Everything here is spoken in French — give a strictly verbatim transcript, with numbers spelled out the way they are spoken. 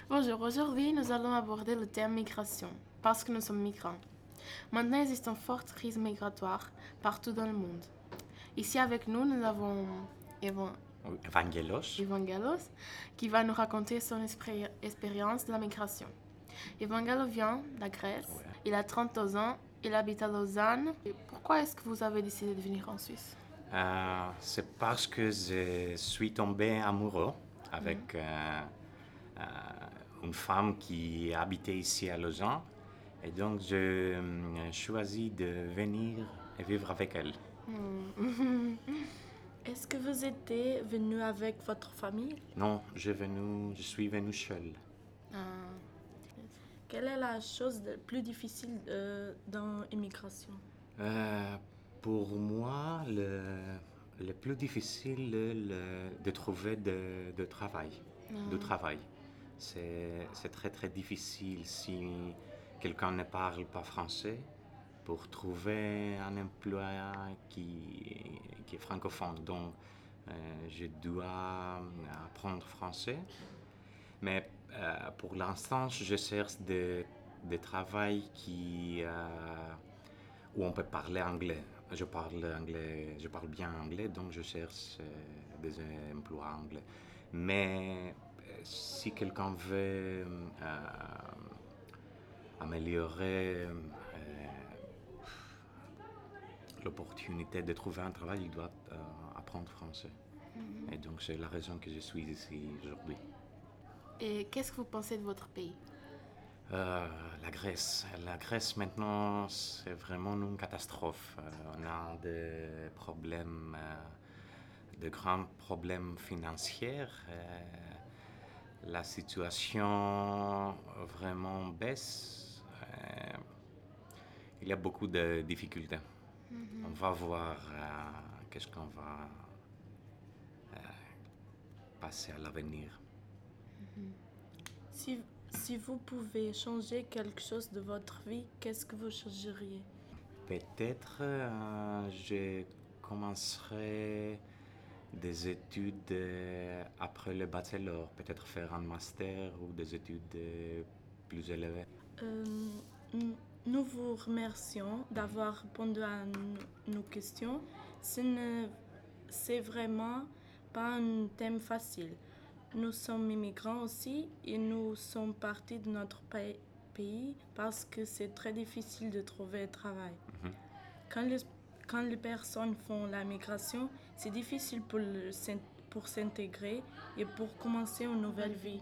Bonjour, aujourd'hui nous allons aborder le thème migration, parce que nous sommes migrants. Maintenant, il existe une forte crise migratoire partout dans le monde. Ici avec nous, nous avons Evan- Oui, Evangelos. Evangelos qui va nous raconter son espri- expérience de la migration. Evangelos vient de la Grèce, Ouais. il a trente-deux ans, il habite à Lausanne. Et pourquoi est-ce que vous avez décidé de venir en Suisse? Euh, c'est parce que je suis tombé amoureux avec euh, euh, une femme qui habitait ici à Lausanne. Et donc, j'ai euh, choisi de venir et vivre avec elle. Est-ce que vous étiez venu avec votre famille? Non, je, venu, je suis venu seul. Ah, Quelle est la chose de plus difficile euh, dans l'immigration? Euh, pour moi, le, le plus difficile le, de trouver de, de travail. De travail. C'est, c'est très très difficile si quelqu'un ne parle pas français pour trouver un emploi qui, qui est francophone. Donc, euh, je dois apprendre français. Mais euh, pour l'instant, je cherche des, des travails qui, euh, où on peut parler anglais. Je parle anglais, je parle bien anglais, donc je cherche euh, des emplois anglais. Mais euh, si quelqu'un veut euh, améliorer euh, l'opportunité de trouver un travail, il doit euh, apprendre français. Et donc c'est la raison que je suis ici aujourd'hui. et qu'est-ce que vous pensez de votre pays? Euh, la Grèce. La Grèce maintenant, c'est vraiment une catastrophe. Euh, on a des problèmes, euh, de grands problèmes financiers. Euh, la situation vraiment baisse. Euh, il y a beaucoup de difficultés. On va voir euh, qu'est-ce qu'on va euh, passer à l'avenir. Si, si vous pouvez changer quelque chose de votre vie, qu'est-ce que vous changeriez? Peut-être euh, je commencerai des études euh, après le bachelor, peut-être faire un master ou des études euh, plus élevées. Euh, n- nous vous remercions d'avoir répondu à n- nos questions. Ce ne- C'est vraiment pas un thème facile. Nous sommes immigrants aussi et nous sommes partis de notre pa- pays parce que c'est très difficile de trouver un travail. Quand les, quand les personnes font la migration, c'est difficile pour, le- s'in- pour s'intégrer et pour commencer une nouvelle vie.